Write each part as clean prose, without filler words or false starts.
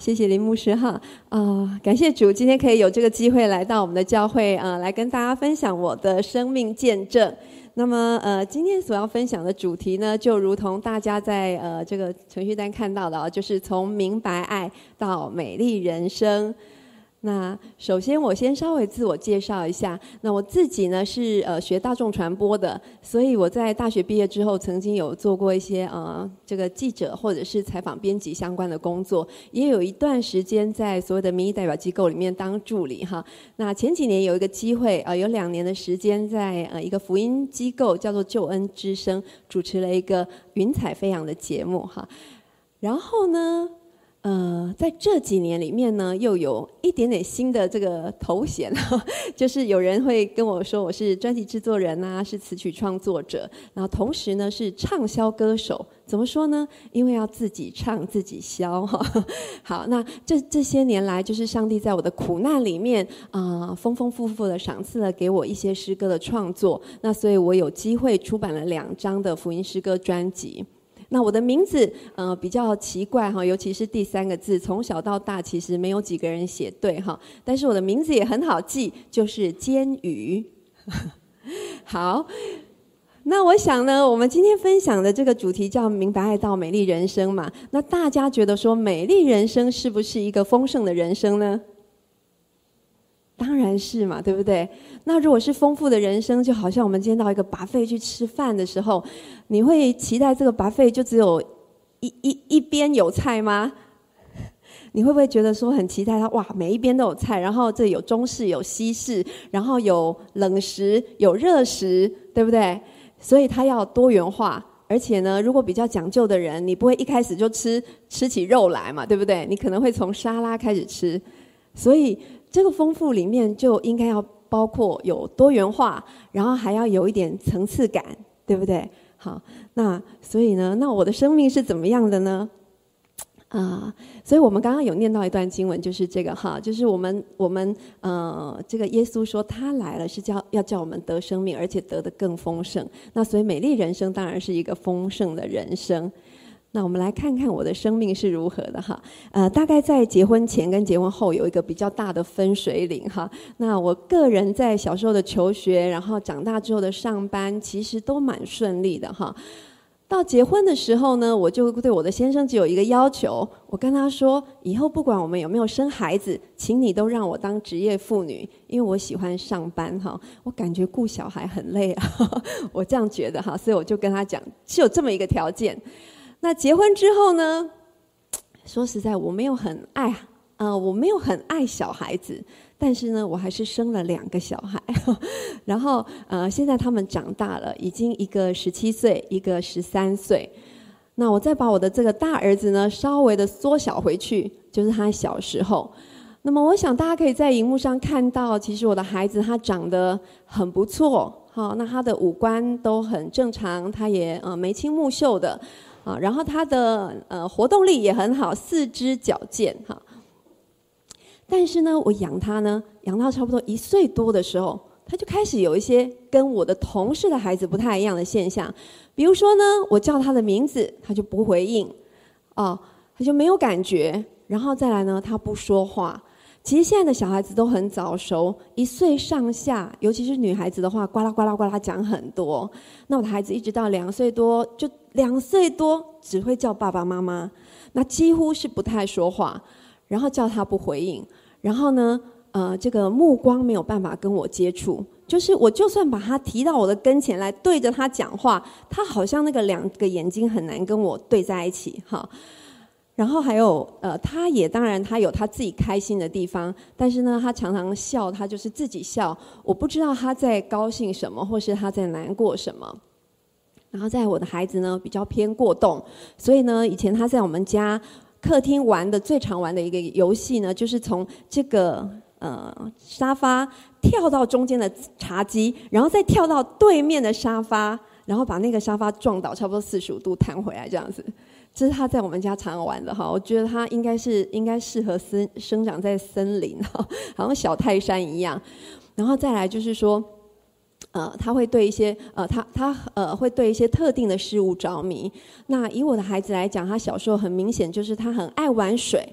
谢谢林牧师哈感谢主，今天可以有这个机会来到我们的教会来跟大家分享我的生命见证。那么今天所要分享的主题呢，就如同大家在这个程序单看到的就是从明白爱到美丽人生。那首先我先稍微自我介绍一下，那我自己呢是学大众传播的，所以我在大学毕业之后曾经有做过一些这个记者或者是采访编辑相关的工作，也有一段时间在所谓的民意代表机构里面当助理哈。那前几年有一个机会有2年的时间在一个福音机构叫做救恩之声主持了一个云彩飞扬的节目哈。然后呢在这几年里面呢，又有一点点新的这个头衔就是有人会跟我说我是专辑制作人啊，是词曲创作者，然后同时呢是畅销歌手。怎么说呢？因为要自己唱自己销好，那这些年来，就是上帝在我的苦难里面丰丰富富的赏赐了给我一些诗歌的创作，那所以我有机会出版了2张的福音诗歌专辑。那我的名字比较奇怪尤其是第3个字，从小到大其实没有几个人写对但是我的名字也很好记，就是煎鱼好，那我想呢，我们今天分享的这个主题叫明白爱到美丽人生嘛，那大家觉得说美丽人生是不是一个丰盛的人生呢？当然是嘛，对不对？那如果是丰富的人生，就好像我们今天到一个 buffet 去吃饭的时候，你会期待这个 buffet 就只有一边有菜吗？你会不会觉得说很期待它哇，每一边都有菜，然后这有中式有西式，然后有冷食有热食，对不对？所以它要多元化。而且呢，如果比较讲究的人，你不会一开始就吃起肉来嘛，对不对？你可能会从沙拉开始吃。所以这个丰富里面就应该要包括有多元化，然后还要有一点层次感，对不对？好，那所以呢，那我的生命是怎么样的呢？所以我们刚刚有念到一段经文，就是这个就是我们这个耶稣说他来了是要叫我们得生命，而且得的更丰盛。那所以美丽人生当然是一个丰盛的人生。那我们来看看我的生命是如何的大概在结婚前跟结婚后有一个比较大的分水岭那我个人在小时候的求学，然后长大之后的上班，其实都蛮顺利的到结婚的时候呢，我就对我的先生只有一个要求，我跟他说，以后不管我们有没有生孩子，请你都让我当职业妇女，因为我喜欢上班我感觉顾小孩很累我这样觉得所以我就跟他讲，是有这么一个条件。那结婚之后呢，说实在我没有很爱小孩子，但是呢我还是生了2个小孩然后现在他们长大了，已经一个17岁一个13岁。那我再把我的这个大儿子呢稍微的缩小回去，就是他小时候。那么我想大家可以在荧幕上看到，其实我的孩子他长得很不错那他的五官都很正常，他也眉清目秀的然后他的活动力也很好，4肢矫健但是呢，我养他呢，养到差不多1岁多的时候，他就开始有一些跟我的同事的孩子不太一样的现象。比如说呢，我叫他的名字，他就不回应他就没有感觉。然后再来呢，他不说话。其实现在的小孩子都很早熟，1岁上下，尤其是女孩子的话，呱啦呱啦呱啦讲很多。那我的孩子一直到2岁多，就2岁多只会叫爸爸妈妈，那几乎是不太说话，然后叫他不回应，然后呢，这个目光没有办法跟我接触，就是我就算把他提到我的跟前来对着他讲话，他好像那个2个眼睛很难跟我对在一起然后还有他也当然他有他自己开心的地方，但是呢他常常笑，他就是自己笑，我不知道他在高兴什么，或是他在难过什么。然后在我的孩子呢比较偏过动，所以呢以前他在我们家客厅玩的最常玩的一个游戏呢，就是从这个沙发跳到中间的茶几，然后再跳到对面的沙发，然后把那个沙发撞倒，差不多45度弹回来这样子。这是他在我们家常玩的我觉得他应该适合生长在森林好像小泰山一样。然后再来就是说他会对一些会对一些特定的事物着迷。那以我的孩子来讲，他小时候很明显就是他很爱玩水，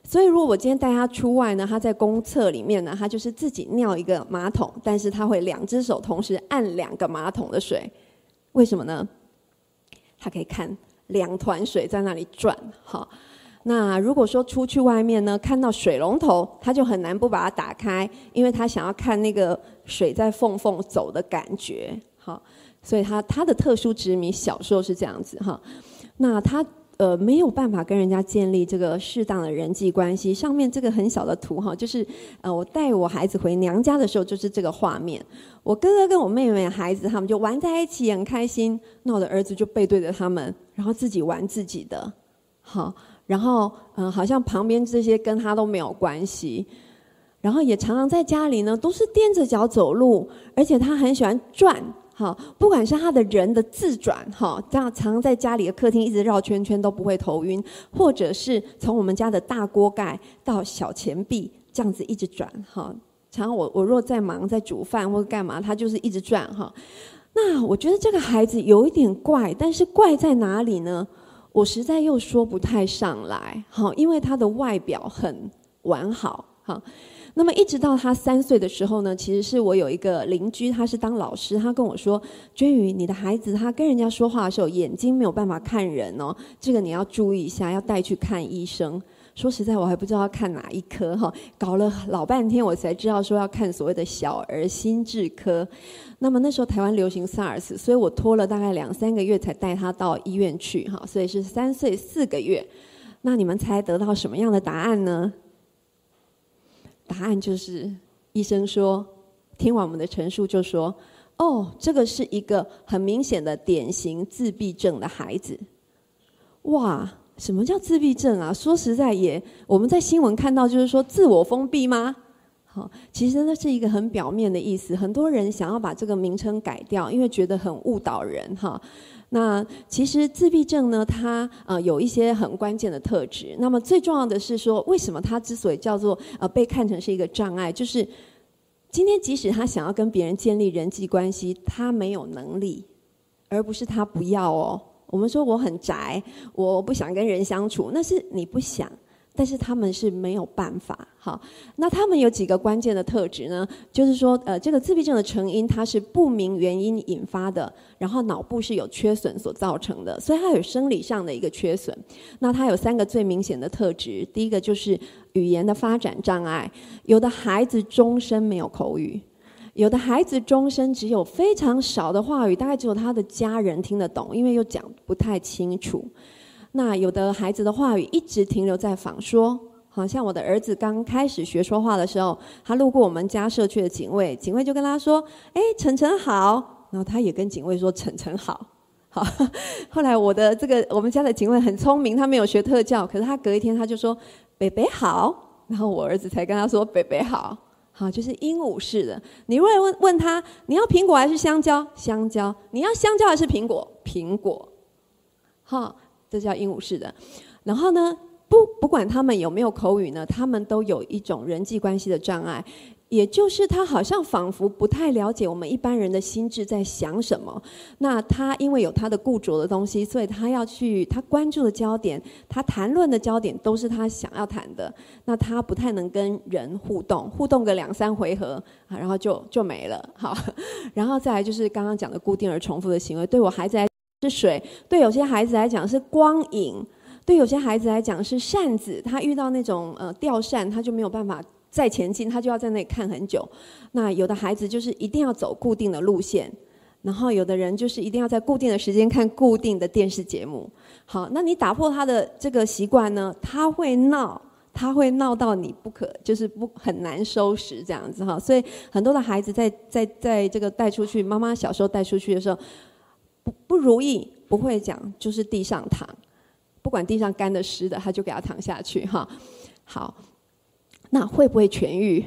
所以如果我今天带他出外呢，他在公厕里面呢，他就是自己尿一个马桶，但是他会2只手同时按2个马桶的水，为什么呢？他可以看2团水在那里转。好，那如果说出去外面呢，看到水龙头，他就很难不把它打开，因为他想要看那个水在缝缝走的感觉。好，所以他的特殊执迷小时候是这样子哈。那他没有办法跟人家建立这个适当的人际关系。上面这个很小的图哈，就是我带我孩子回娘家的时候，就是这个画面。我哥哥跟我妹妹孩子他们就玩在一起，很开心。那我的儿子就背对着他们，然后自己玩自己的。好，然后好像旁边这些跟他都没有关系。然后也常常在家里呢，都是踮着脚走路，而且他很喜欢转。好，不管是他的人的自转，哈，这样常常在家里的客厅一直绕圈圈都不会头晕，或者是从我们家的大锅盖到小钱币这样子一直转，哈。常常我若在忙在煮饭或者干嘛，他就是一直转，哈。那我觉得这个孩子有一点怪，但是怪在哪里呢？我实在又说不太上来，好，因为他的外表很完好，好。那么一直到他3岁的时候呢，其实是我有一个邻居，他是当老师，他跟我说：“娟宇，你的孩子他跟人家说话的时候，眼睛没有办法看人哦，这个你要注意一下，要带去看医生。”说实在，我还不知道要看哪一科哈，搞了老半天，我才知道说要看所谓的小儿心智科。那么那时候台湾流行 SARS， 所以我拖了大概2-3个月才带他到医院去哈，所以是3岁4个月。那你们猜得到什么样的答案呢？答案就是医生说，听完我们的陈述就说，哦，这个是一个很明显的典型自闭症的孩子。哇，什么叫自闭症啊？说实在也，我们在新闻看到就是说自我封闭吗？好，其实那是一个很表面的意思，很多人想要把这个名称改掉，因为觉得很误导人哈。那其实自闭症呢，它有一些很关键的特质。那么最重要的是说，为什么它之所以叫做被看成是一个障碍，就是今天即使他想要跟别人建立人际关系，他没有能力，而不是他不要哦。我们说我很宅，我不想跟人相处，那是你不想。但是他们是没有办法，好，那他们有几个关键的特质呢？就是说，这个自闭症的成因它是不明原因引发的，然后脑部是有缺损所造成的，所以它有生理上的一个缺损。那它有3个最明显的特质，第一个就是语言的发展障碍，有的孩子终身没有口语，有的孩子终身只有非常少的话语，大概只有他的家人听得懂，因为又讲不太清楚。那有的孩子的话语一直停留在仿说，好像我的儿子刚开始学说话的时候，他路过我们家社区的警卫，警卫就跟他说：“哎，晨晨好。”然后他也跟警卫说：“晨晨好。”好，后来我们家的警卫很聪明，他没有学特教，可是他隔一天他就说：“北北好。”然后我儿子才跟他说：“北北好。”好，就是鹦鹉式的。你如果问他，你要苹果还是香蕉？香蕉。你要香蕉还是苹果？苹果。好。这叫鹦鹉式的。然后呢，不管他们有没有口语呢，他们都有一种人际关系的障碍，也就是他好像仿佛不太了解我们一般人的心智在想什么。那他因为有他的固着的东西，所以他关注的焦点，他谈论的焦点都是他想要谈的。那他不太能跟人互动个2-3回合，然后就没了。好，然后再来就是刚刚讲的固定而重复的行为，对我孩子来是水，对有些孩子来讲是光影，对有些孩子来讲是扇子，他遇到那种吊扇，他就没有办法再前进，他就要在那里看很久。那有的孩子就是一定要走固定的路线，然后有的人就是一定要在固定的时间看固定的电视节目。好，那你打破他的这个习惯呢，他会闹到你就是很难收拾这样子哈。所以很多的孩子在这个带出去，妈妈小时候带出去的时候。不如意，不会讲，就是地上躺，不管地上干的湿的，他就给他躺下去哈。好，那会不会痊愈？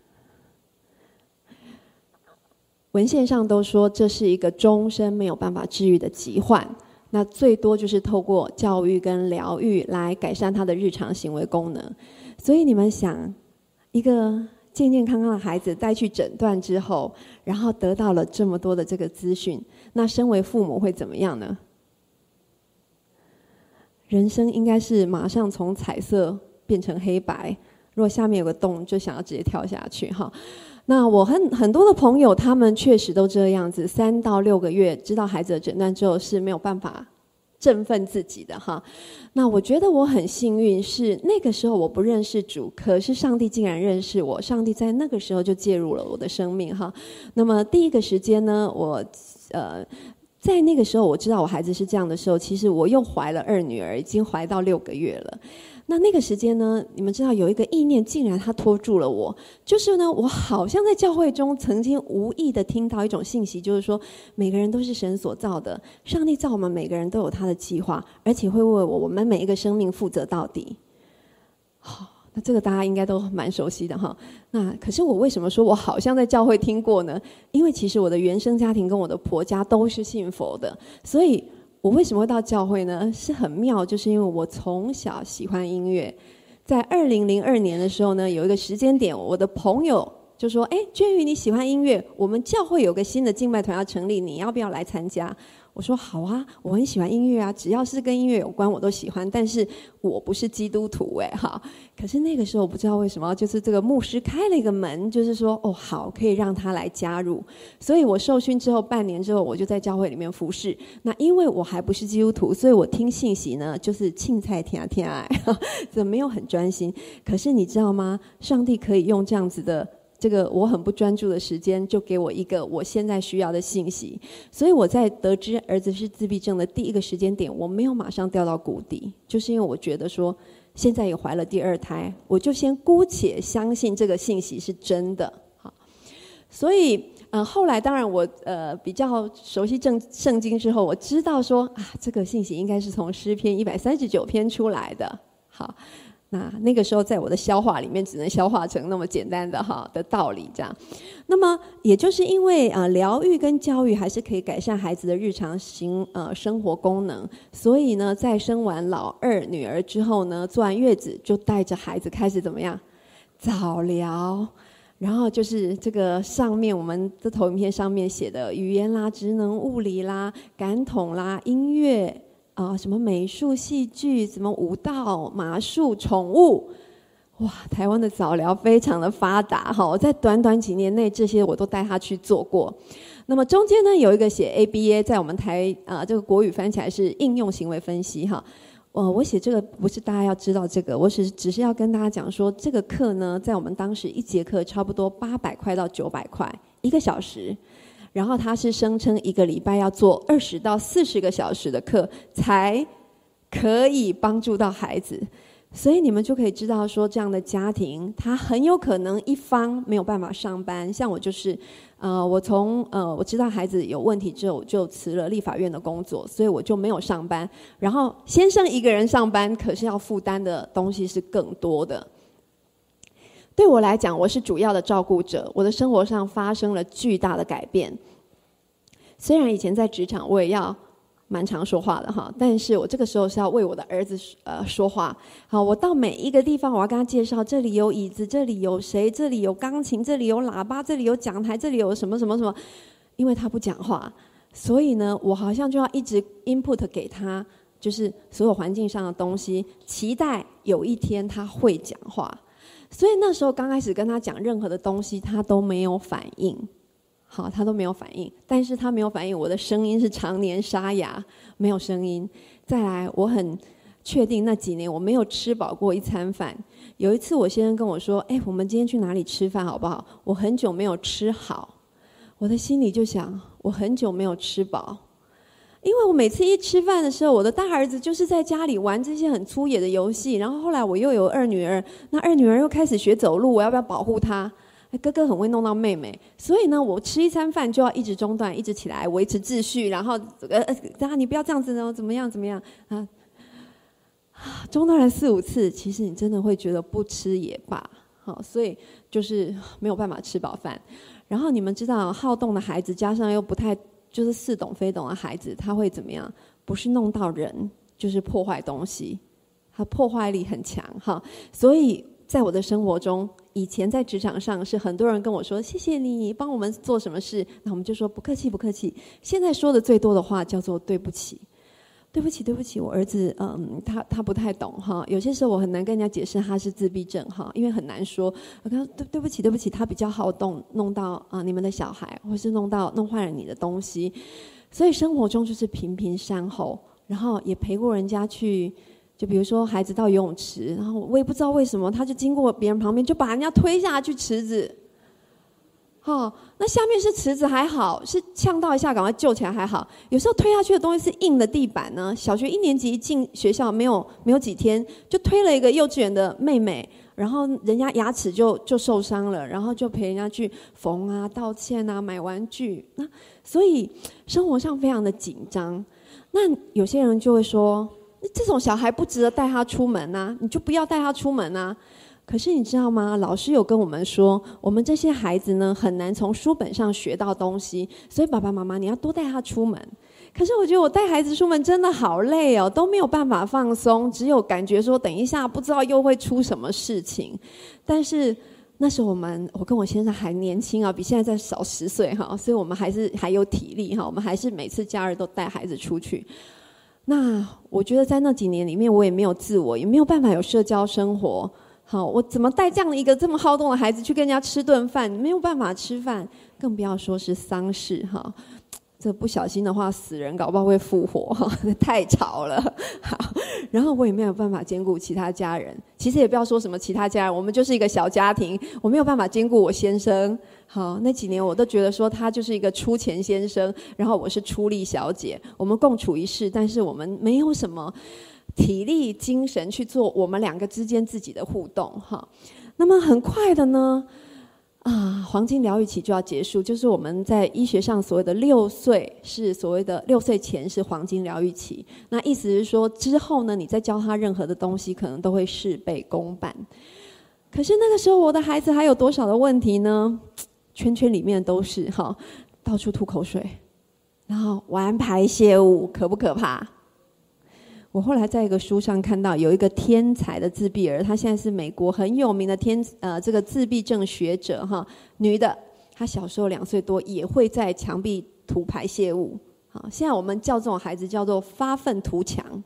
文献上都说这是一个终身没有办法治愈的疾患，那最多就是透过教育跟疗愈来改善他的日常行为功能。所以你们想，一个健健康康的孩子带去诊断之后，然后得到了这么多的这个资讯，那身为父母会怎么样呢？人生应该是马上从彩色变成黑白，如果下面有个洞就想要直接跳下去哈。那我很多的朋友他们确实都这样子，3到6个月知道孩子的诊断之后是没有办法振奋自己的哈。那我觉得我很幸运，是那个时候我不认识主，可是上帝竟然认识我，上帝在那个时候就介入了我的生命哈。那么第一个时间呢，我在那个时候我知道我孩子是这样的时候，其实我又怀了2女儿，已经怀到6个月了。那个时间呢，你们知道有一个意念竟然它拖住了我，就是呢我好像在教会中曾经无意的听到一种信息，就是说每个人都是神所造的，上帝造我们每个人都有他的计划，而且会为我们每一个生命负责到底。好，那这个大家应该都蛮熟悉的哈。那可是我为什么说我好像在教会听过呢？因为其实我的原生家庭跟我的婆家都是信佛的，所以我为什么会到教会呢？是很妙，就是因为我从小喜欢音乐。在2002年的时候呢，有一个时间点，我的朋友就说：“哎，娟瑜你喜欢音乐，我们教会有个新的敬拜团要成立，你要不要来参加？”我说：“好啊，我很喜欢音乐啊，只要是跟音乐有关我都喜欢，但是我不是基督徒哈。可是那个时候我不知道为什么，就是这个牧师开了一个门，就是说哦好，可以让他来加入。所以我受训之后半年之后，我就在教会里面服侍。那因为我还不是基督徒，所以我听信息呢就是青菜听爱，这没有很专心。可是你知道吗？上帝可以用这样子的。这个我很不专注的时间，就给我一个我现在需要的信息，所以我在得知儿子是自闭症的第一个时间点，我没有马上掉到谷底，就是因为我觉得说现在也怀了第2胎，我就先姑且相信这个信息是真的。好，所以后来当然我比较熟悉圣经之后，我知道说啊，这个信息应该是从诗篇139篇出来的。好。那个时候在我的消化里面只能消化成那么简单的道理这样。那么也就是因为疗愈跟教育还是可以改善孩子的日常生活功能，所以呢在生完老2女儿之后呢，坐完月子就带着孩子开始怎么样早疗，然后就是这个上面我们的投影片上面写的语言啦、职能、物理啦、感统啦、音乐什么美术、戏剧，什么舞蹈、马术、宠物，哇！台湾的早疗非常的发达哈，我在短短几年内这些我都带他去做过。那么中间呢有一个写 ABA， 在我们台这个国语翻起来是应用行为分析哈。我写这个不是大家要知道这个，我只是要跟大家讲说，这个课呢，在我们当时1节课差不多800块到900块1个小时。然后他是声称1个礼拜要做20到40个小时的课，才可以帮助到孩子。所以你们就可以知道说，这样的家庭他很有可能一方没有办法上班，像我就是我知道孩子有问题之后，我就辞了立法院的工作，所以我就没有上班。然后先生一个人上班，可是要负担的东西是更多的。对我来讲，我是主要的照顾者，我的生活上发生了巨大的改变。虽然以前在职场我也要蛮常说话的哈，但是我这个时候是要为我的儿子说话。好，我到每一个地方，我要跟他介绍，这里有椅子，这里有谁，这里有钢琴，这里有喇叭，这里有讲台，这里有什么什么什么。因为他不讲话，所以呢，我好像就要一直 input 给他，就是所有环境上的东西，期待有一天他会讲话。所以那时候刚开始跟他讲任何的东西，他都没有反应。好，他都没有反应，但是他没有反应，我的声音是常年沙哑，没有声音。再来，我很确定那几年我没有吃饱过一餐饭。有一次我先生跟我说：“哎，我们今天去哪里吃饭好不好？”我很久没有吃好，我的心里就想，我很久没有吃饱。因为我每次一吃饭的时候，我的大儿子就是在家里玩这些很粗野的游戏，然后后来我又有2女儿，那2女儿又开始学走路，我要不要保护她？哥哥很会弄到妹妹，所以呢，我吃一餐饭就要一直中断，一直起来维持秩序，然后你不要这样子呢，怎么样啊？中断了4、5次，其实你真的会觉得不吃也罢，好，所以就是没有办法吃饱饭。然后你们知道，好动的孩子加上又不太就是似懂非懂的孩子，他会怎么样？不是弄到人，就是破坏东西，他破坏力很强哈，所以。在我的生活中，以前在职场上是很多人跟我说：“谢谢你帮我们做什么事。”那我们就说不客气，不客气。现在说的最多的话叫做对不起。 对不起，我儿子，他不太懂哈。有些时候我很难跟人家解释他是自闭症哈，因为很难说。我跟他说对不起，他比较好动，弄到你们的小孩，或是弄坏了你的东西。所以生活中就是频频善后，然后也陪过人家去，就比如说孩子到游泳池，然后我也不知道为什么，他就经过别人旁边，就把人家推下去池子。那下面是池子还好，是呛到一下赶快救起来还好。有时候推下去的东西是硬的地板呢。小学1年级一进学校没有几天，就推了一个幼稚园的妹妹，然后人家牙齿就受伤了，然后就陪人家去缝啊、道歉啊、买玩具。那所以生活上非常的紧张。那有些人就会说，这种小孩不值得带他出门啊，你就不要带他出门啊。可是你知道吗？老师有跟我们说，我们这些孩子呢，很难从书本上学到东西，所以爸爸妈妈你要多带他出门。可是我觉得我带孩子出门真的好累哦，都没有办法放松，只有感觉说等一下不知道又会出什么事情。但是那时候我跟我先生还年轻啊，比现在再少10岁哈，所以我们还有体力哈，我们还是每次假日都带孩子出去。那我觉得在那几年里面，我也没有自我，也没有办法有社交生活。好，我怎么带这样一个这么好动的孩子去跟人家吃顿饭？没有办法吃饭，更不要说是丧事哈。这不小心的话，死人搞不好会复活哈，太吵了。好，然后我也没有办法兼顾其他家人。其实也不要说什么其他家人，我们就是一个小家庭，我没有办法兼顾我先生。好，那几年我都觉得说他就是一个出钱先生，然后我是出力小姐，我们共处一室，但是我们没有什么体力精神去做我们2个之间自己的互动哈。那么很快的呢黄金疗愈期就要结束，就是我们在医学上所谓的6岁，是所谓的6岁前是黄金疗愈期。那意思是说之后呢，你再教他任何的东西可能都会事倍功半。可是那个时候我的孩子还有多少的问题呢？圈圈里面都是哈，到处吐口水，然后玩排泄物，可不可怕？我后来在一个书上看到有一个天才的自闭儿，他现在是美国很有名的这个自闭症学者哈，女的，她小时候2岁多也会在墙壁吐排泄物。好，现在我们叫这种孩子叫做发愤图强。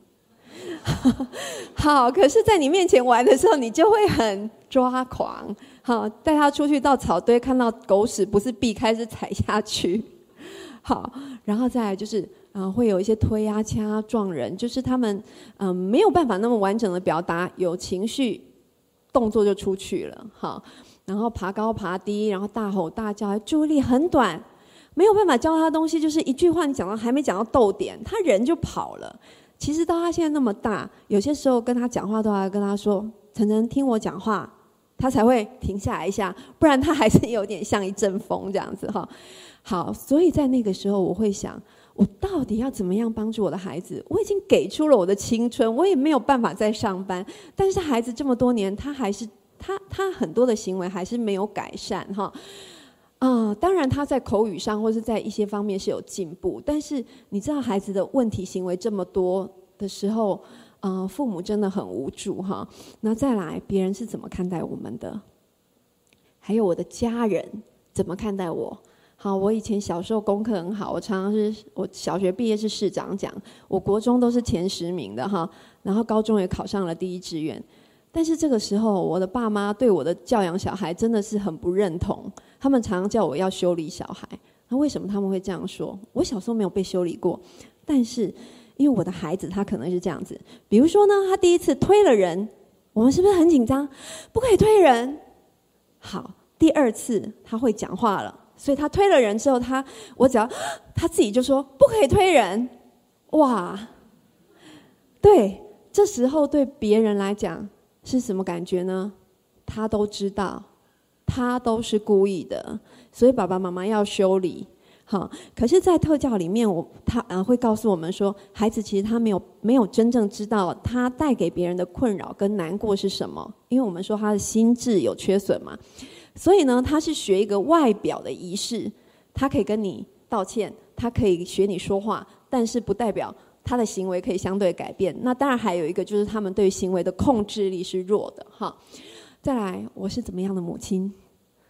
好，可是在你面前玩的时候，你就会很抓狂。好，带他出去到草堆，看到狗屎不是避开是踩下去。好，然后再来就是会有一些推啊、掐啊、撞人，就是他们没有办法那么完整的表达，有情绪，动作就出去了。好，然后爬高爬低，然后大吼大叫，注意力很短，没有办法教他东西，就是一句话你还没讲到逗点，他人就跑了。其实到他现在那么大，有些时候跟他讲话都要跟他说：“晨晨，听我讲话。”他才会停下来一下，不然他还是有点像一阵风这样子哈。好，所以在那个时候我会想，我到底要怎么样帮助我的孩子？我已经给出了我的青春，我也没有办法再上班，但是孩子这么多年，他还是他很多的行为还是没有改善哈。当然他在口语上或是在一些方面是有进步，但是你知道孩子的问题行为这么多的时候，父母真的很无助哈。那再来，别人是怎么看待我们的？还有我的家人怎么看待我？好，我以前小时候功课很好，我小学毕业是市长奖，我国中都是前10名的哈，然后高中也考上了第1志愿。但是这个时候，我的爸妈对我的教养小孩真的是很不认同，他们常常叫我要修理小孩。那为什么他们会这样说？我小时候没有被修理过，但是因为我的孩子他可能是这样子，比如说呢，他第一次推了人，我们是不是很紧张？不可以推人。好，第2次他会讲话了，所以他推了人之后，我只要他自己就说不可以推人，哇，对，这时候对别人来讲是什么感觉呢？他都知道，他都是故意的，所以爸爸妈妈要修理。好，可是在特教里面他会告诉我们说，孩子其实他没有真正知道他带给别人的困扰跟难过是什么，因为我们说他的心智有缺损嘛，所以呢他是学一个外表的仪式，他可以跟你道歉，他可以学你说话，但是不代表他的行为可以相对改变。那当然还有一个就是他们对行为的控制力是弱的哈。再来，我是怎么样的母亲？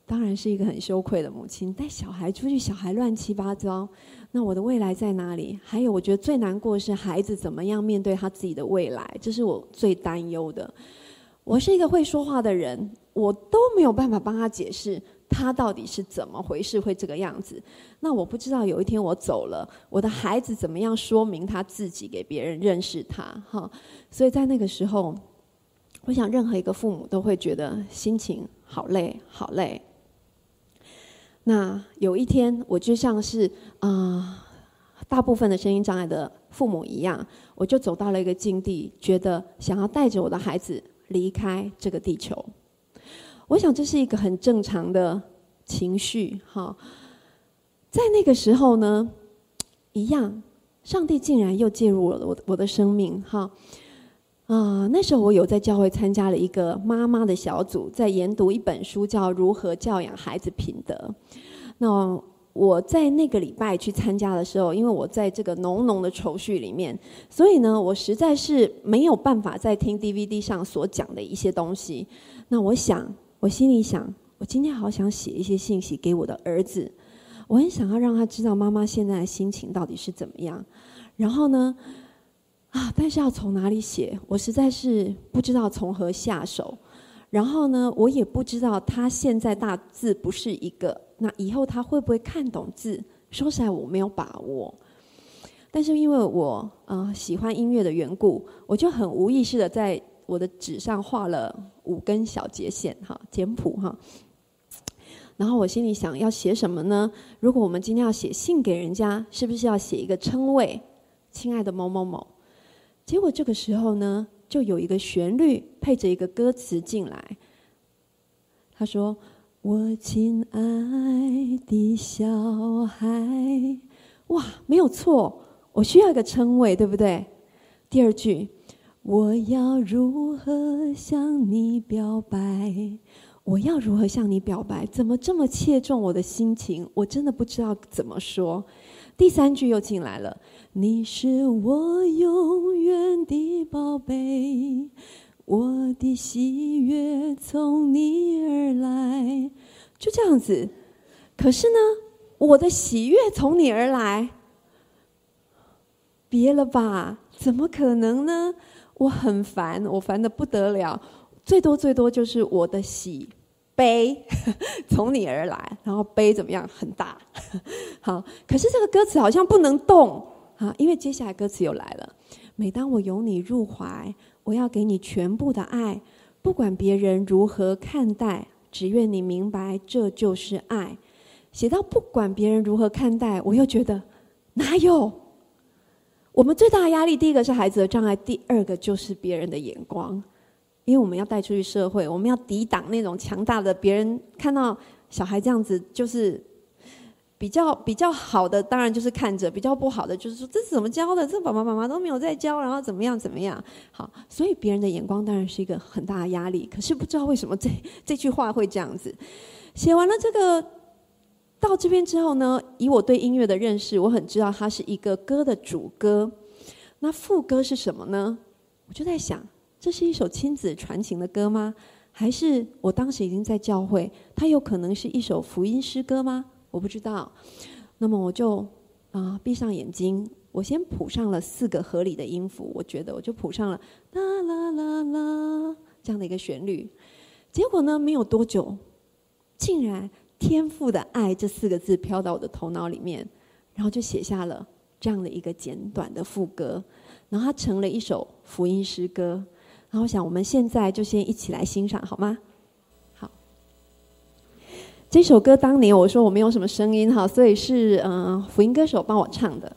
当然是一个很羞愧的母亲，带小孩出去，小孩乱七八糟，那我的未来在哪里？还有我觉得最难过的是孩子怎么样面对他自己的未来，这是我最担忧的。我是一个会说话的人，我都没有办法帮他解释他到底是怎么回事会这个样子。那我不知道有一天我走了，我的孩子怎么样说明他自己给别人认识他哈？所以在那个时候，我想任何一个父母都会觉得心情好累好累。那有一天我就像是大部分的身心障碍的父母一样，我就走到了一个境地，觉得想要带着我的孩子离开这个地球。我想这是一个很正常的情绪哈。在那个时候呢，一样，上帝竟然又介入了我的生命哈。那时候我有在教会参加了一个妈妈的小组，在研读一本书叫《如何教养孩子品德》。那我在那个礼拜去参加的时候，因为我在这个浓浓的愁绪里面，所以呢，我实在是没有办法再听 DVD 上所讲的一些东西。那我心里想，我今天好想写一些信息给我的儿子，我很想要让他知道妈妈现在的心情到底是怎么样。然后呢，但是要从哪里写，我实在是不知道从何下手。然后呢，我也不知道他现在大字不是一个，那以后他会不会看懂字？说实在，我没有把握。但是因为我喜欢音乐的缘故，我就很无意识的在我的纸上画了5根小节线哈，简谱哈。然后我心里想要写什么呢？如果我们今天要写信给人家，是不是要写一个称谓？亲爱的某某某。结果这个时候呢，就有一个旋律配着一个歌词进来。他说：“我亲爱的小孩。”哇，没有错，我需要一个称谓，对不对？第二句，我要如何向你表白？我要如何向你表白？怎么这么切中我的心情？我真的不知道怎么说。第3句又进来了，你是我永远的宝贝，我的喜悦从你而来。就这样子。可是呢，我的喜悦从你而来，别了吧，怎么可能呢？我很烦，我烦得不得了，最多就是我的喜悲从你而来，然后悲怎么样？很大。好，可是这个歌词好像不能动因为接下来歌词又来了。每当我拥你入怀，我要给你全部的爱，不管别人如何看待，只愿你明白，这就是爱。写到不管别人如何看待，我又觉得哪有？我们最大的压力，第一个是孩子的障碍，第二个就是别人的眼光。因为我们要带出去社会，我们要抵挡那种强大的，别人看到小孩这样子，就是比较好的，当然就是看着；比较不好的，就是说这是怎么教的？这爸爸妈妈都没有在教，然后怎么样？好，所以别人的眼光当然是一个很大的压力。可是不知道为什么这句话会这样子。写完了这个到这边之后呢，以我对音乐的认识，我很知道它是一个歌的主歌。那副歌是什么呢？我就在想，这是一首亲子传情的歌吗？还是我当时已经在教会，它有可能是一首福音诗歌吗？我不知道。那么我就闭上眼睛，我先谱上了4个合理的音符，我觉得我就谱上了啦啦啦啦这样的一个旋律。结果呢，没有多久，竟然天父的爱这4个字飘到我的头脑里面，然后就写下了这样的一个简短的副歌，然后它成了一首福音诗歌。然后我想我们现在就先一起来欣赏好吗？好，这首歌当年我说我没有什么声音所以是福音歌手帮我唱的。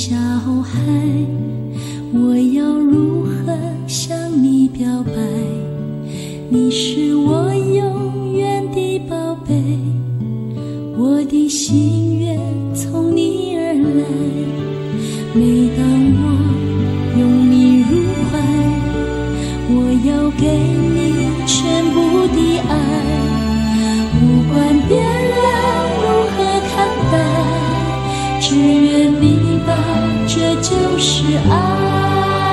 小孩，我要如何向你表白？你是我永远的宝贝，我的心愿从你而来。每当我拥你入怀，我要给你全部的爱，不管别人如何看待，只愿明白这就是爱。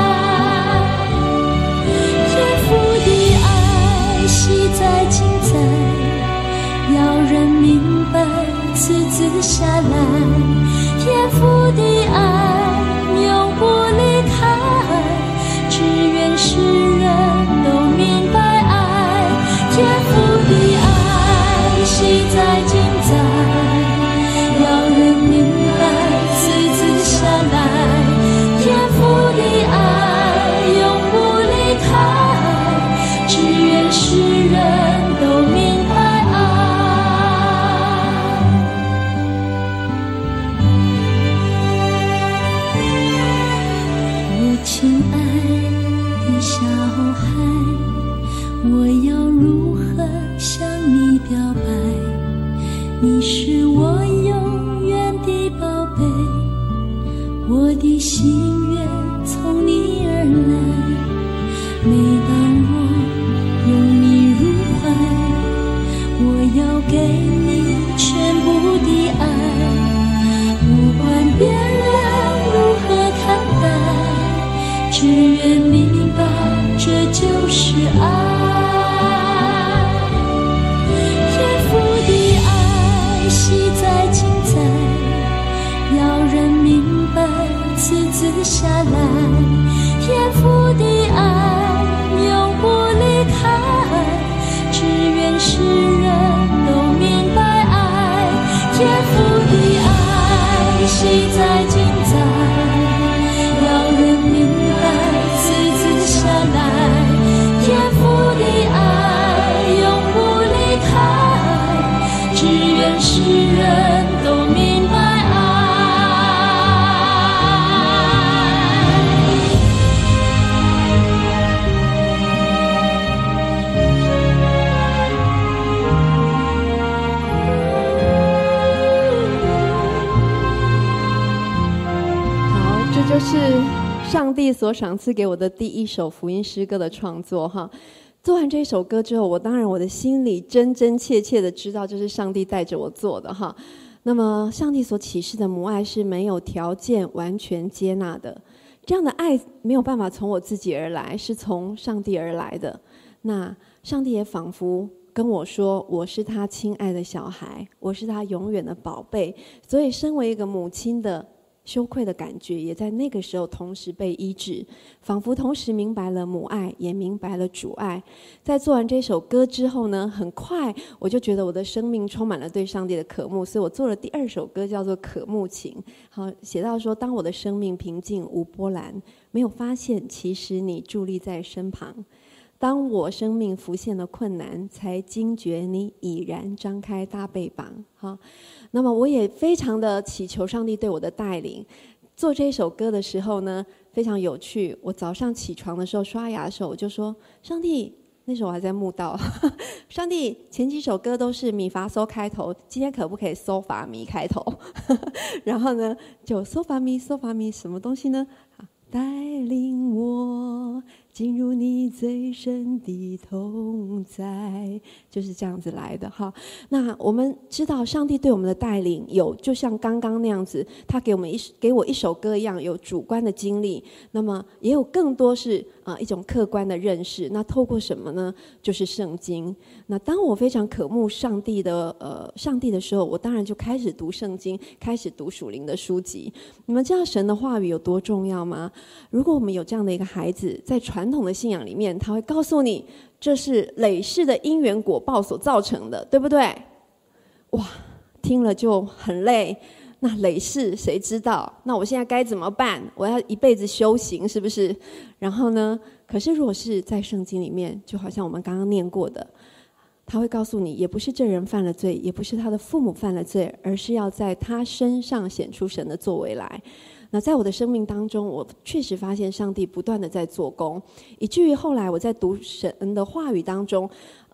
天父的爱喜在今在，要人明白此子下来。天父的爱永不离开，只愿世人都明白爱。天父的爱喜在今在，要人明白此子下来。天父的爱永不离开，只愿世人都明白爱。我亲爱的小孩，我要如何向你表白？你是我永远的宝贝，我的心愿从你而来。每当我拥你入怀，我要给你全部的爱，不管别人如何看待，只愿明白这就是爱。天父的爱喜在今在，要人明白此子下来。天父的爱永不离开，只愿世人都明白爱。天父的爱喜在今在，要人明白此子下来。天父的爱永不离开，只愿世人都明白爱。 好，这就是上帝所赏赐给我的第一首福音诗歌的创作哈。做完这首歌之后，我的心里真真切切的知道这是上帝带着我做的哈。那么上帝所启示的母爱是没有条件完全接纳的，这样的爱没有办法从我自己而来，是从上帝而来的。那上帝也仿佛跟我说，我是他亲爱的小孩，我是他永远的宝贝。所以身为一个母亲的羞愧的感觉也在那个时候同时被医治，仿佛同时明白了母爱，也明白了主爱。在做完这首歌之后呢，很快我就觉得我的生命充满了对上帝的渴慕，所以我做了第二首歌，叫做《渴慕情》。好，写到说，当我的生命平静无波澜，没有发现其实你伫立在身旁。当我生命浮现了困难，才惊觉你已然张开大臂膀。好，那么我也非常的祈求上帝对我的带领。做这首歌的时候呢，非常有趣。我早上起床的时候刷牙的时候，我就说：上帝，那时候我还在慕道，上帝，前几首歌都是咪发嗦开头，今天可不可以嗦发咪开头？然后呢，就嗦发咪嗦发咪，什么东西呢？带领我进入你最深的同在，就是这样子来的哈。那我们知道上帝对我们的带领有，就像刚刚那样子，他给我一首歌一样，有主观的经历，那么也有更多是一种客观的认识。那透过什么呢？就是圣经。那当我非常渴慕上帝的时候，我当然就开始读圣经，开始读属灵的书籍。你们知道神的话语有多重要吗？如果我们有这样的一个孩子，在传统的信仰里面，他会告诉你这是累世的因缘果报所造成的，对不对？哇，听了就很累。那累世谁知道？那我现在该怎么办？我要一辈子修行，是不是？然后呢？可是如果是在圣经里面，就好像我们刚刚念过的，他会告诉你，也不是这人犯了罪，也不是他的父母犯了罪，而是要在他身上显出神的作为来。 那在我的生命当中，我确实发现上帝不断的在做工，以至于后来我在读神的话语当中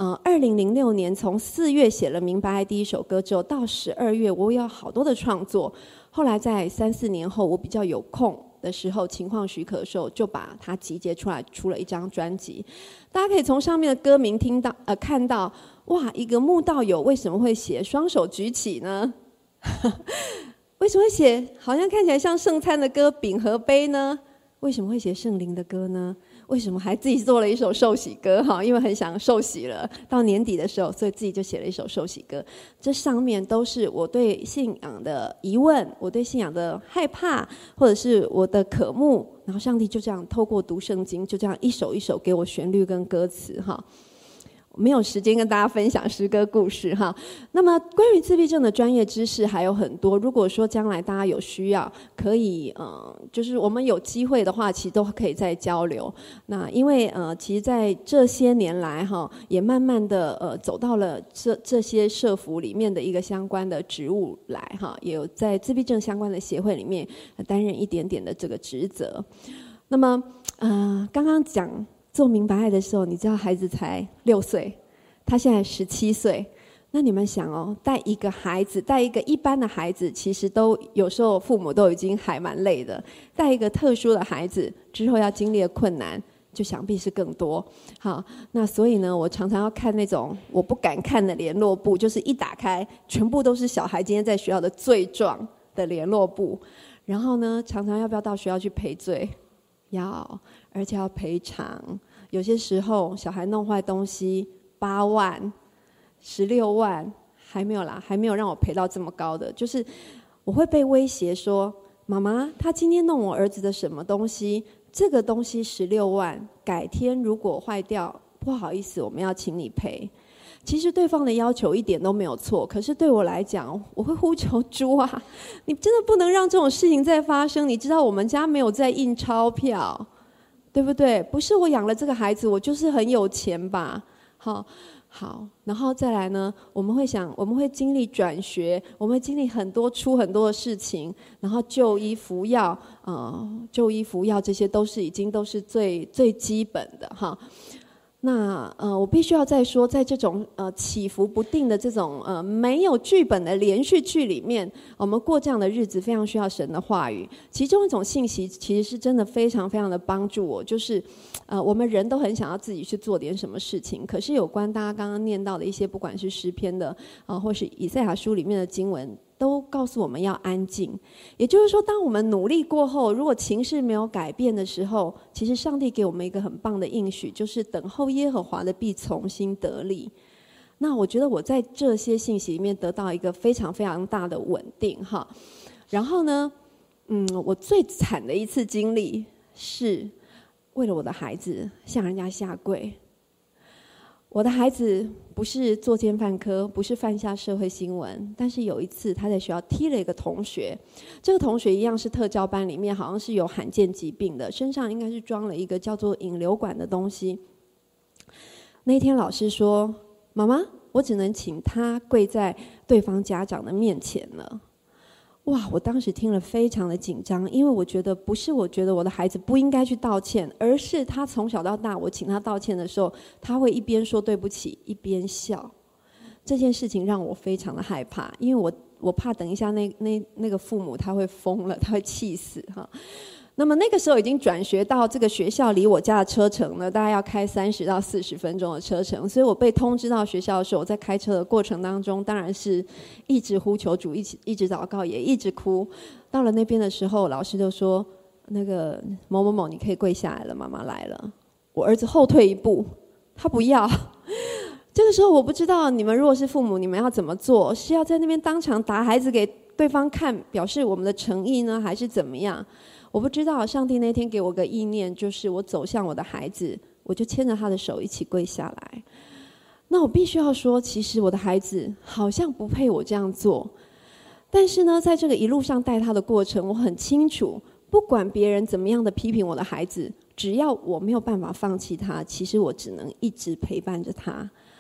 ，2006年从4月写了《明白爱》第一首歌之后，到12月我有好多的创作。后来在3-4年后，我比较有空的时候，情况许可的时候，就把它集结出来，出了一张专辑。大家可以从上面的歌名看到，哇，一个慕道友为什么会写双手举起呢？为什么会写好像看起来像圣餐的歌饼和杯呢？为什么会写圣灵的歌呢？为什么还自己做了一首受洗歌？因为很想受洗了，到年底的时候，所以自己就写了一首受洗歌。这上面都是我对信仰的疑问，我对信仰的害怕，或者是我的渴慕，然后上帝就这样透过读圣经，就这样一首一首给我旋律跟歌词没有时间跟大家分享诗歌故事那么关于自闭症的专业知识还有很多，如果说将来大家有需要，可以就是我们有机会的话，其实都可以再交流。那因为其实在这些年来也慢慢的走到了这些社福里面的一个相关的职务来也有在自闭症相关的协会里面担任一点点的这个职责。那么刚刚讲做明白爱的时候，你知道孩子才6岁，他现在17岁。那你们想带一个孩子，带一个一般的孩子，其实都有时候父母都已经还蛮累的。带一个特殊的孩子之后要经历的困难，就想必是更多。好，那所以呢，我常常要看那种我不敢看的联络簿，就是一打开，全部都是小孩今天在学校的罪状的联络簿。然后呢，常常要不要到学校去赔罪？要，而且要赔偿。有些时候小孩弄坏东西8万、16万，还没有啦，还没有让我赔到这么高的。就是我会被威胁说，妈妈，他今天弄我儿子的什么东西，这个东西16万，改天如果坏掉，不好意思，我们要请你赔。其实对方的要求一点都没有错，可是对我来讲，我会呼求主啊，你真的不能让这种事情再发生。你知道我们家没有在印钞票，对不对？不是我养了这个孩子，我就是很有钱吧？好，然后再来呢，我们会经历转学，我们会经历出很多的事情，然后就医服药这些都是最基本的那我必须要再说，在这种起伏不定的这种没有剧本的连续剧里面，我们过这样的日子非常需要神的话语。其中一种信息其实是真的非常非常的帮助我，就是我们人都很想要自己去做点什么事情，可是有关大家刚刚念到的一些，不管是诗篇的或是以赛亚书里面的经文，都告诉我们要安静。也就是说，当我们努力过后，如果情势没有改变的时候，其实上帝给我们一个很棒的应许，就是等候耶和华的必重新得力。那我觉得我在这些信息里面得到一个非常非常大的稳定然后呢我最惨的一次经历是为了我的孩子向人家下跪。我的孩子不是作奸犯科，不是犯下社会新闻，但是有一次他在学校踢了一个同学，这个同学一样是特教班里面，好像是有罕见疾病的，身上应该是装了一个叫做引流管的东西。那天老师说，妈妈，我只能请他跪在对方家长的面前了。哇！我当时听了非常的紧张，因为我觉得不是我觉得我的孩子不应该去道歉，而是他从小到大，我请他道歉的时候，他会一边说对不起，一边笑。这件事情让我非常的害怕，因为我怕等一下那个父母他会疯了，他会气死那么那个时候已经转学到这个学校离我家的车程呢，大概要开30到40分钟的车程，所以我被通知到学校的时候，我在开车的过程当中，当然是一直呼求主，一直祷告，也一直哭。到了那边的时候，老师就说：“那个某某某，你可以跪下来了，妈妈来了。”我儿子后退一步，他不要。这个时候我不知道你们如果是父母，你们要怎么做？是要在那边当场打孩子给对方看，表示我们的诚意呢，还是怎么样？我不知道。上帝那天给我个意念，就是我走向我的孩子，我就牵着他的手一起跪下来。那我必须要说，其实我的孩子好像不配我这样做，但是呢，在这个一路上带他的过程，我很清楚，不管别人怎么样的批评我的孩子，只要我没有办法放弃他，其实我只能一直陪伴着他。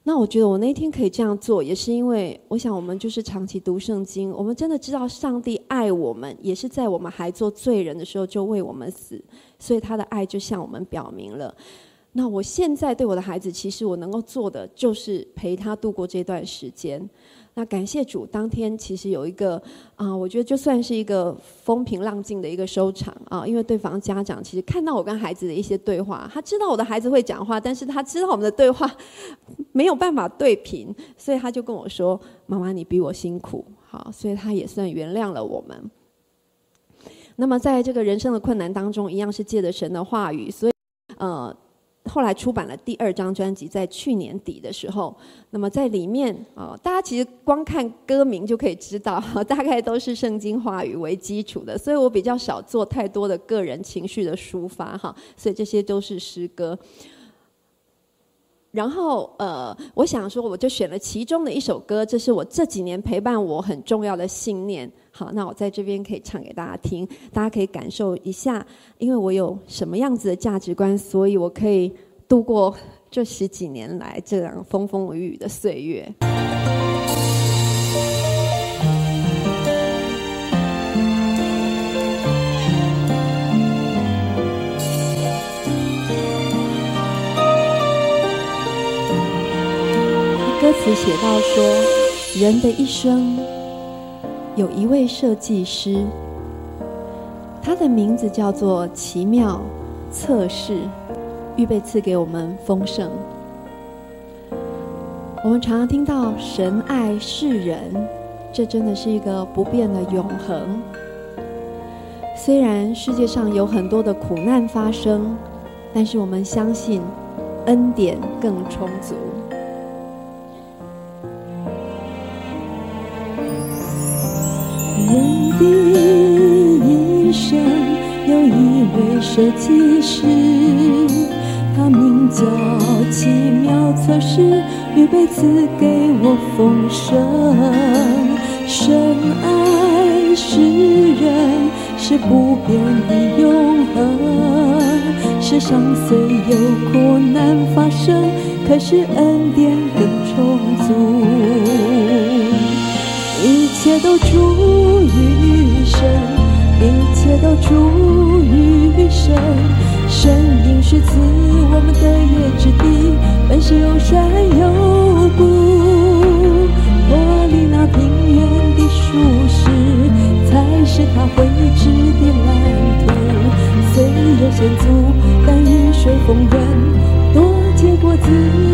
那我觉得我那天可以这样做，也是因为我想我们就是长期读圣经，我们真的知道上帝爱我们，也是在我们还做罪人的时候就为我们死，所以他的爱就向我们表明了。那我现在对我的孩子，其实我能够做的就是陪他度过这段时间。那感谢主，当天其实有一个我觉得就算是一个风平浪静的一个收场因为对方家长其实看到我跟孩子的一些对话，他知道我的孩子会讲话，但是他知道我们的对话没有办法对平，所以他就跟我说：“妈妈，你比我辛苦。”好，所以他也算原谅了我们。那么在这个人生的困难当中，一样是借着神的话语，所以后来出版了第2张专辑，在去年底的时候，那么在里面大家其实光看歌名就可以知道，大概都是圣经话语为基础的，所以我比较少做太多的个人情绪的抒发所以这些都是诗歌。然后我想说，我就选了其中的一首歌，这是我这几年陪伴我很重要的信念。好，那我在这边可以唱给大家听，大家可以感受一下，因为我有什么样子的价值观，所以我可以度过这10几年来这样风风雨雨的岁月。歌词写到说，人的一生有一位设计师，他的名字叫做奇妙测试，预备赐给我们丰盛。我们常常听到神爱世人，这真的是一个不变的永恒。虽然世界上有很多的苦难发生，但是我们相信恩典更充足。 人的一生有一位设计师，他名叫奇妙测试，预备赐给我丰盛。神爱世人是不变的永恒，世上虽有苦难发生，可是恩典更充足。一切都出于神，一切都出于神。神应许赐我们得业之地，本是有山有谷。脱离那平原的舒适，才是他绘制的蓝图。虽有险阻，但雨水丰润，多结果子。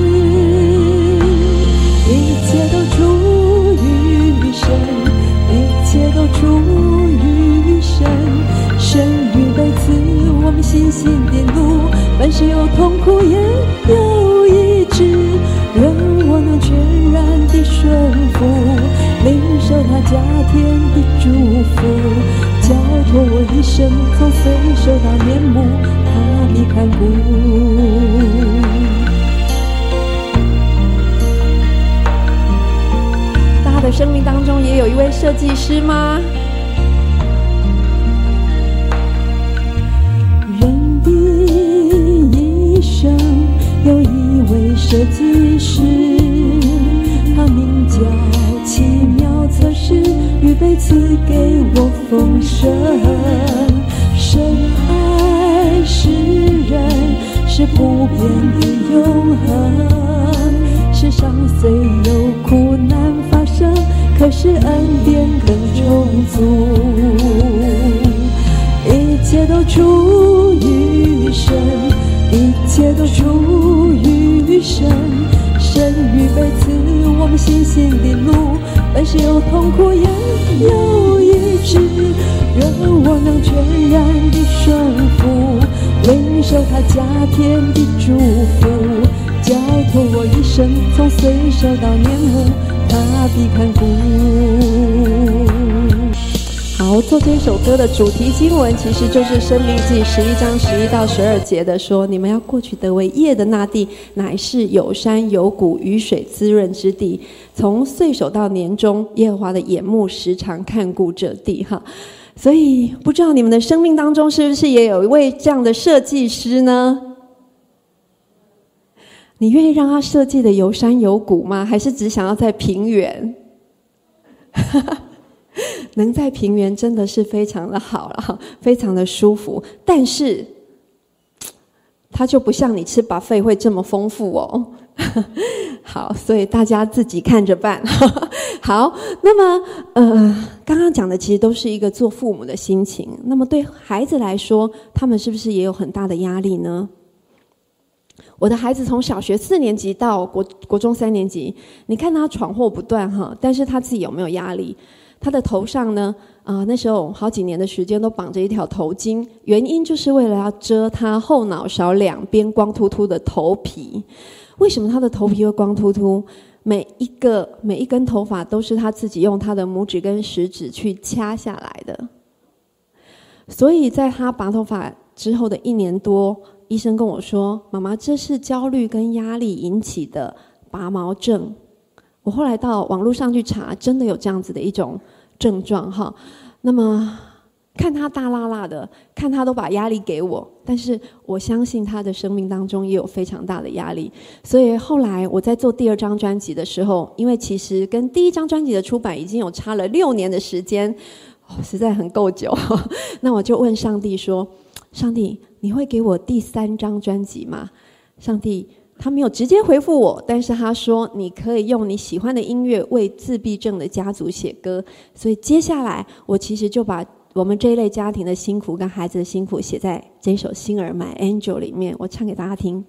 一切都出于神，一切都出于神。神预备赐我们信心的路，凡事有痛苦也有医治，让我能全然的顺服，领受他加添的祝福，交托我一生，从岁首到年暮，他必看顾。 的生命当中也有一位设计师吗？ 人的一生有一位设计师，他名叫奇妙测试，预备赐给我丰盛。神爱世人是不变的永恒，世上虽有苦难发生，可是恩典更充足。一切都出于神，一切都出于神。神预备赐我们信心的路，凡是有痛苦也有医治，让我能全然的顺服，领受他加添的祝福，交托我一生，从岁首到年暮，他必看顾。 好，做这首歌的主题经文其实就是《申命记》11章11到12节的说：你们要过去得为业的那地，乃是有山有谷，雨水滋润之地。从岁首到年终，耶和华的眼目时常看顾这地。哈，所以不知道你们的生命当中是不是也有一位这样的设计师呢？ 你愿意让他设计的有山有谷吗？还是只想要在平原？能在平原真的是非常的好了，非常的舒服，但是它就不像你吃 buffet 会这么丰富哦。好，所以大家自己看着办。好，那么刚刚讲的其实都是一个做父母的心情。那么对孩子来说，他们是不是也有很大的压力呢？我的孩子从小学4年级到国中3年级，你看他闯祸不断哈，但是他自己有没有压力？他的头上呢，那时候好几年的时间都绑着一条头巾，原因就是为了要遮他后脑勺两边光秃秃的头皮。为什么他的头皮会光秃秃？每一根头发都是他自己用他的拇指跟食指去掐下来的。所以在他拔头发之后的1年多，医生跟我说：“妈妈，这是焦虑跟压力引起的拔毛症。”我后来到网络上去查，真的有这样子的一种症状哈。那么看他大辣辣的，看他都把压力给我，但是我相信他的生命当中也有非常大的压力。所以后来我在做第2张专辑的时候，因为其实跟第1张专辑的出版已经有差了6年的时间，实在很够久。那我就问上帝说：“上帝，你会给我第3张专辑吗？”上帝他没有直接回复我，但是他说你可以用你喜欢的音乐为自闭症的家族写歌。所以接下来我其实就把我们这一类家庭的辛苦跟孩子的辛苦写在这首《心儿 My Angel》里面，我唱给大家听。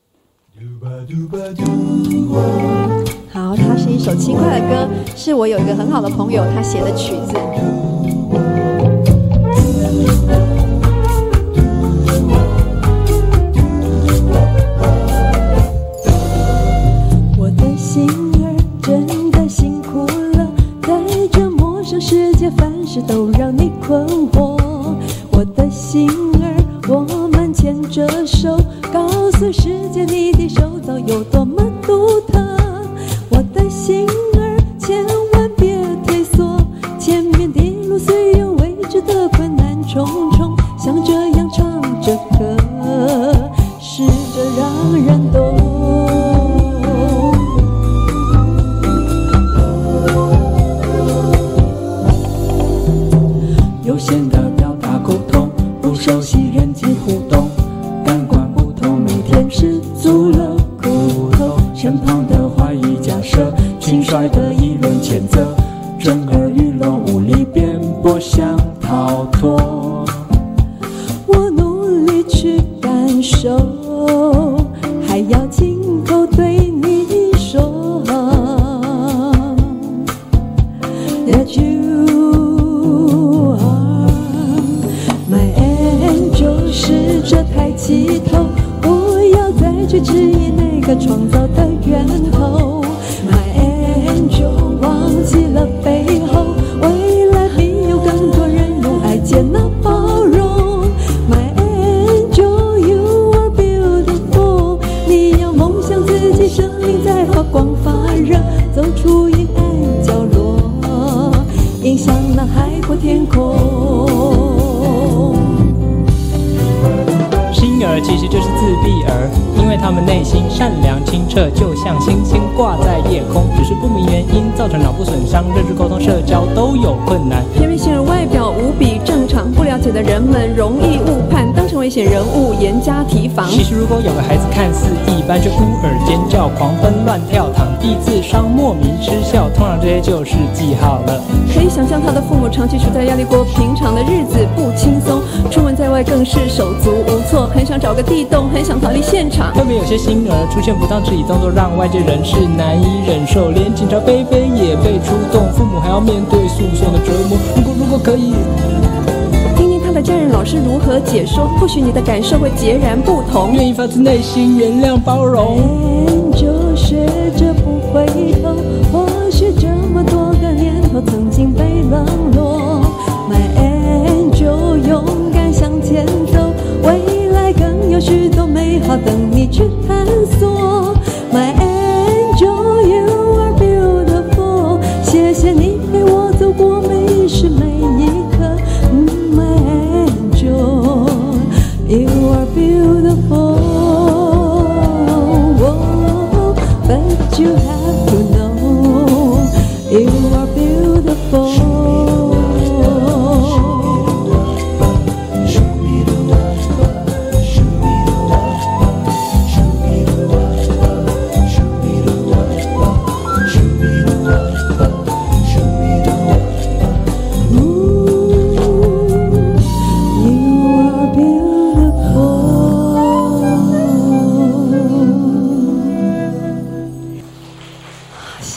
好，它是一首轻快的歌，是我有一个很好的朋友他写的曲子。 心儿真的辛苦了，在这陌生世界，凡事都让你困惑。我的心儿，我们牵着手，告诉世界你的手早有多么独特。我的心儿，千万别退缩，前面的路虽有未知的困难重重，像这样唱着歌，试着让人懂。有限的表达沟通，不熟悉人际互动，感官不同，每天吃足了苦头。身旁的怀疑假设，轻率的议论谴责，震耳欲聋，无力辩驳想逃脱。我努力去感受，还要亲口对你说 That you试着抬起头，不要再去质疑那个创造的源头。My angel， 忘记了背后，未来必有更多人用爱接纳包容。My angel，you are beautiful， 你要梦想自己生命在发光发热，走出阴暗角落，影响了海阔天空。 星儿其实就是自闭儿，因为他们内心善良清澈，就像星星挂在夜空，只是不明原因造成脑部损伤，认知沟通社交都有困难。 偏偏星儿外表无比正常，不了解的人们容易误判，当成危险人物严加提防。 其实如果有个孩子看似一般，却忽尔尖叫狂奔乱跳，躺地自伤莫名失笑，通常这些就是记号了。 可以想象他的父母长期处在压力过平常的日子不轻松，出门在外更是手足无措，很想找个地洞，很想逃离现场。 特别有些星儿出现不当肢体动作，让外界人士难以忍受，连警察贝贝也被出动，父母还要面对诉讼的折磨。如果可以听听他的家人老师如何解说，或许你的感受会截然不同。 愿意发自内心原谅包容， 就学着不回头，或许这么多个年头曾经被冷落。My angel， 勇敢向前走，未来更有许多美好等你去探索。My angel， you are beautiful， 谢谢你陪我走过每一时每一刻。My angel， you are beautiful。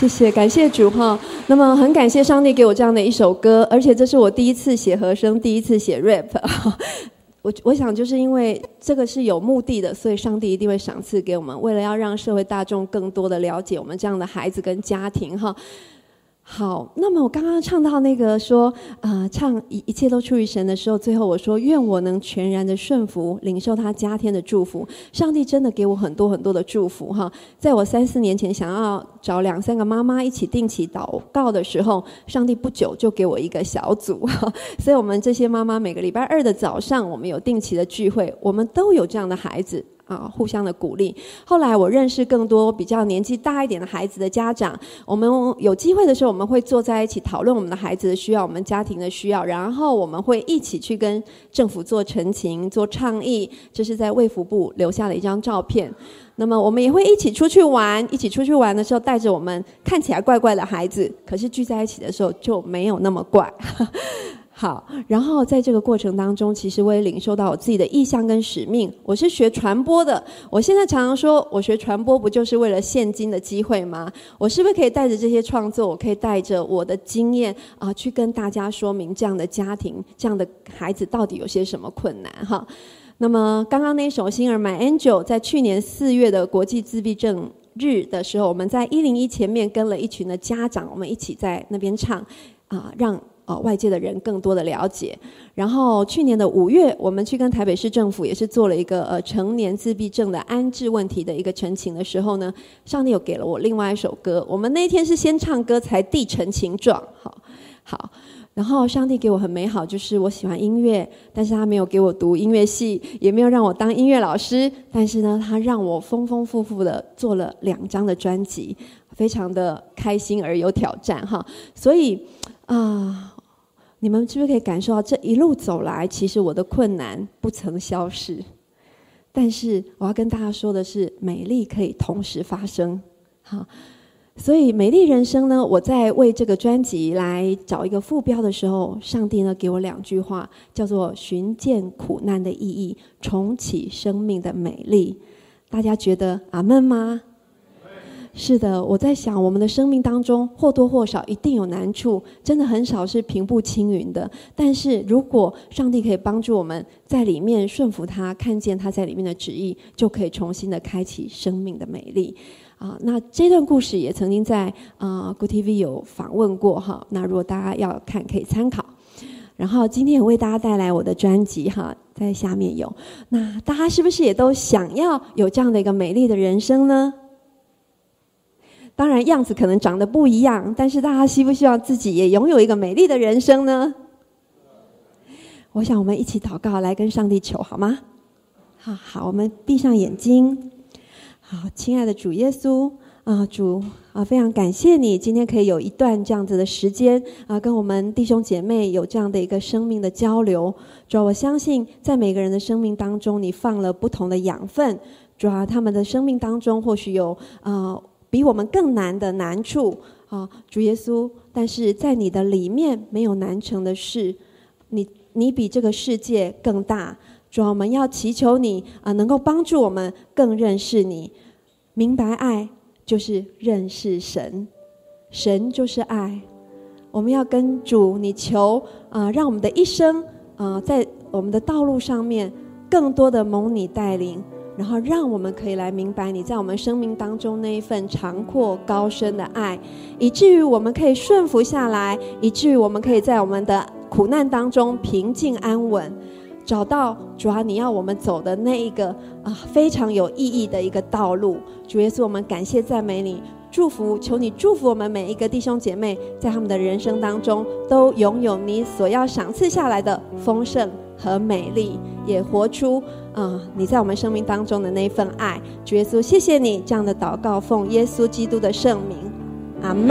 谢谢，感谢主哈。那么很感谢上帝给我这样的一首歌，而且这是我第一次写和声，第一次写 rap。我想就是因为这个是有目的的，所以上帝一定会赏赐给我们，为了要让社会大众更多的了解我们这样的孩子跟家庭哈。好，那么我刚刚唱到那个说，唱一切都出于神的时候，最后我说，愿我能全然的顺服，领受他加添的祝福。上帝真的给我很多很多的祝福哈。在我3-4年前想要找2-3个妈妈一起定期祷告的时候，上帝不久就给我一个小组哈。所以我们这些妈妈每个礼拜2的早上，我们有定期的聚会，我们都有这样的孩子。互相的鼓励。后来我认识更多比较年纪大一点的孩子的家长，我们有机会的时候，我们会坐在一起讨论我们的孩子的需要，我们家庭的需要，然后我们会一起去跟政府做陈情、做倡议。这是在卫福部留下了一张照片。那么我们也会一起出去玩，一起出去玩的时候带着我们看起来怪怪的孩子，可是聚在一起的时候就没有那么怪。好，然后在这个过程当中，其实我也领受到我自己的意向跟使命。我是学传播的，我现在常常说，我学传播不就是为了现今的机会吗？我是不是可以带着这些创作，我可以带着我的经验去跟大家说明这样的家庭、这样的孩子到底有些什么困难哈？那么刚刚那首《心儿 My Angel》在去年4月的国际自闭症日的时候，我们在101前面跟了一群的家长，我们一起在那边唱让外界的人更多的了解。然后去年的5月，我们去跟台北市政府也是做了一个成年自闭症的安置问题的一个陈情的时候呢，上帝有给了我另外一首歌。我们那天是先唱歌才递陈情状，好。然后上帝给我很美好，就是我喜欢音乐，但是他没有给我读音乐系，也没有让我当音乐老师，但是呢，他让我丰丰富富的做了2张的专辑，非常的开心而有挑战哈。所以你们是不是可以感受到这一路走来，其实我的困难不曾消逝，但是我要跟大家说的是，美丽可以同时发生。好，所以美丽人生呢，我在为这个专辑来找一个副标的时候，上帝呢给我2句话，叫做寻见苦难的意义，重启生命的美丽。大家觉得阿们吗？是的，我在想我们的生命当中或多或少一定有难处，真的很少是平步青云的。但是如果上帝可以帮助我们在里面顺服他，看见他在里面的旨意，就可以重新的开启生命的美丽。那这段故事也曾经在Good TV 有访问过哈。那如果大家要看，可以参考。然后今天也为大家带来我的专辑哈，在下面有。那大家是不是也都想要有这样的一个美丽的人生呢？当然样子可能长得不一样，但是大家希不希望自己也拥有一个美丽的人生呢？我想我们一起祷告，来跟上帝求好吗？好，我们闭上眼睛。好，亲爱的主耶稣主非常感谢你今天可以有一段这样子的时间跟我们弟兄姐妹有这样的一个生命的交流。主我相信在每个人的生命当中，你放了不同的养分。主他们的生命当中或许有比我们更难的难处主耶稣，但是在你的里面没有难成的事，你比这个世界更大。主我们要祈求你能够帮助我们更认识你，明白爱就是认识神，神就是爱。我们要跟主你求让我们的一生在我们的道路上面更多的蒙你带领，然后让我们可以来明白你在我们生命当中那一份长阔高深的爱，以至于我们可以顺服下来，以至于我们可以在我们的苦难当中平静安稳，找到主你要我们走的那一个非常有意义的一个道路。主耶稣，我们感谢赞美你，求你祝福我们每一个弟兄姐妹，在他们的人生当中都拥有你所要赏赐下来的丰盛和美丽，也活出你在我们生命当中的那份爱。主耶稣，谢谢你这样的祷告，奉耶稣基督的圣名，阿们。